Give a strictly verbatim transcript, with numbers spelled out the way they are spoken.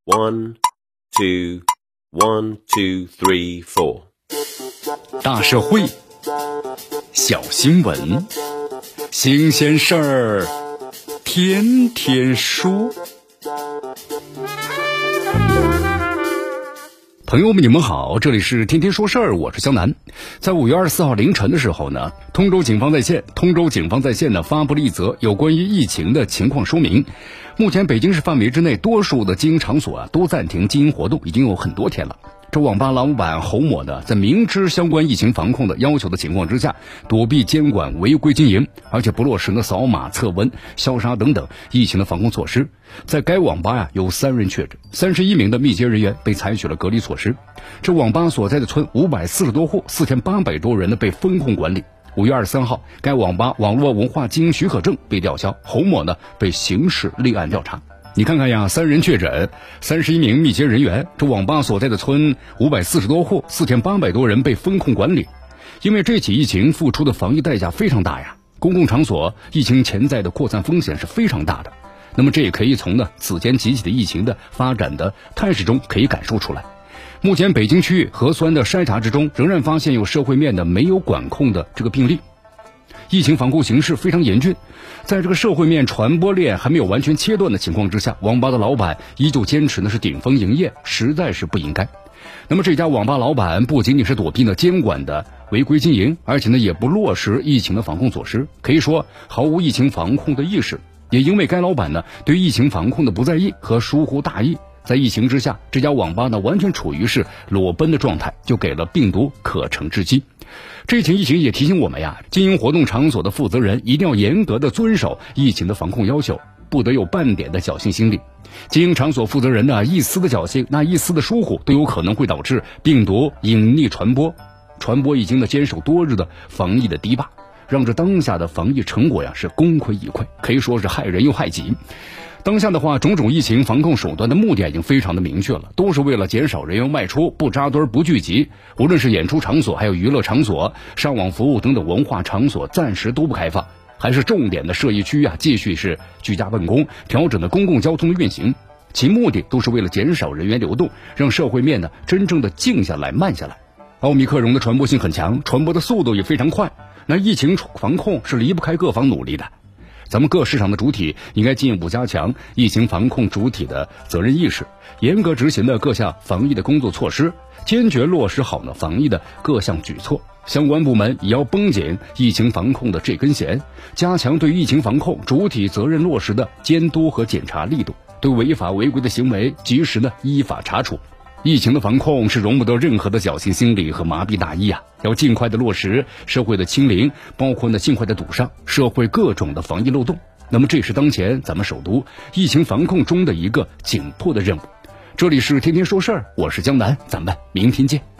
One, two, one, two, three, four。 大社会，小新闻，新鲜事儿，天天说。朋友们，你们好，这里是天天说事儿，我是江南。在五月二十四号凌晨的时候呢，通州警方在线，通州警方在线呢发布了一则有关于疫情的情况说明。目前北京市范围之内，多数的经营场所啊都暂停经营活动，已经有很多天了。这网吧老板侯某呢，在明知相关疫情防控的要求的情况之下，躲避监管违规经营，而且不落实呢扫码测温消杀等等疫情的防控措施。在该网吧呀有三人确诊，三十一名的密接人员被采取了隔离措施。这网吧所在的村五百四十多户，四千八百多人呢被封控管理。五月二十三号，该网吧网络文化经营许可证被吊销，侯某呢被刑事立案调查。你看看呀，三人确诊，三十一名密接人员，这网吧所在的村五百四十多户，四千八百多人被封控管理。因为这起疫情付出的防疫代价非常大呀，公共场所疫情潜在的扩散风险是非常大的。那么这也可以从呢此前几起的疫情的发展的态势中可以感受出来。目前北京区域核酸的筛查之中，仍然发现有社会面的没有管控的这个病例。疫情防控形势非常严峻，在这个社会面传播链还没有完全切断的情况之下，网吧的老板依旧坚持的是顶峰营业，实在是不应该。那么这家网吧老板不仅仅是躲避了监管的违规经营，而且呢也不落实疫情的防控措施，可以说毫无疫情防控的意识。也因为该老板呢对疫情防控的不在意和疏忽大意，在疫情之下，这家网吧呢完全处于是裸奔的状态，就给了病毒可乘之机。这起疫情也提醒我们呀，经营活动场所的负责人一定要严格的遵守疫情的防控要求，不得有半点的侥幸心理。经营场所负责人呢一丝的侥幸，那一丝的疏忽都有可能会导致病毒隐匿传播，传播已经的坚守多日的防疫的堤坝，让这当下的防疫成果呀是功亏一篑，可以说是害人又害己。当下的话，种种疫情防控手段的目的已经非常的明确了，都是为了减少人员外出，不扎堆不聚集。无论是演出场所，还有娱乐场所、上网服务等等文化场所暂时都不开放，还是重点的涉疫区啊继续是居家办公，调整的公共交通的运行，其目的都是为了减少人员流动，让社会面呢真正的静下来慢下来。奥密克戎的传播性很强，传播的速度也非常快，那疫情防控是离不开各方努力的。咱们各市场的主体应该进一步加强疫情防控主体的责任意识，严格执行的各项防疫的工作措施，坚决落实好呢防疫的各项举措。相关部门也要绷紧疫情防控的这根弦，加强对疫情防控主体责任落实的监督和检查力度，对违法违规的行为及时呢依法查处。疫情的防控是容不得任何的侥幸心理和麻痹大意啊，要尽快的落实社会的清零，包括呢尽快的堵上社会各种的防疫漏洞。那么这是当前咱们首都疫情防控中的一个紧迫的任务。这里是天天说事儿，我是江南，咱们明天见。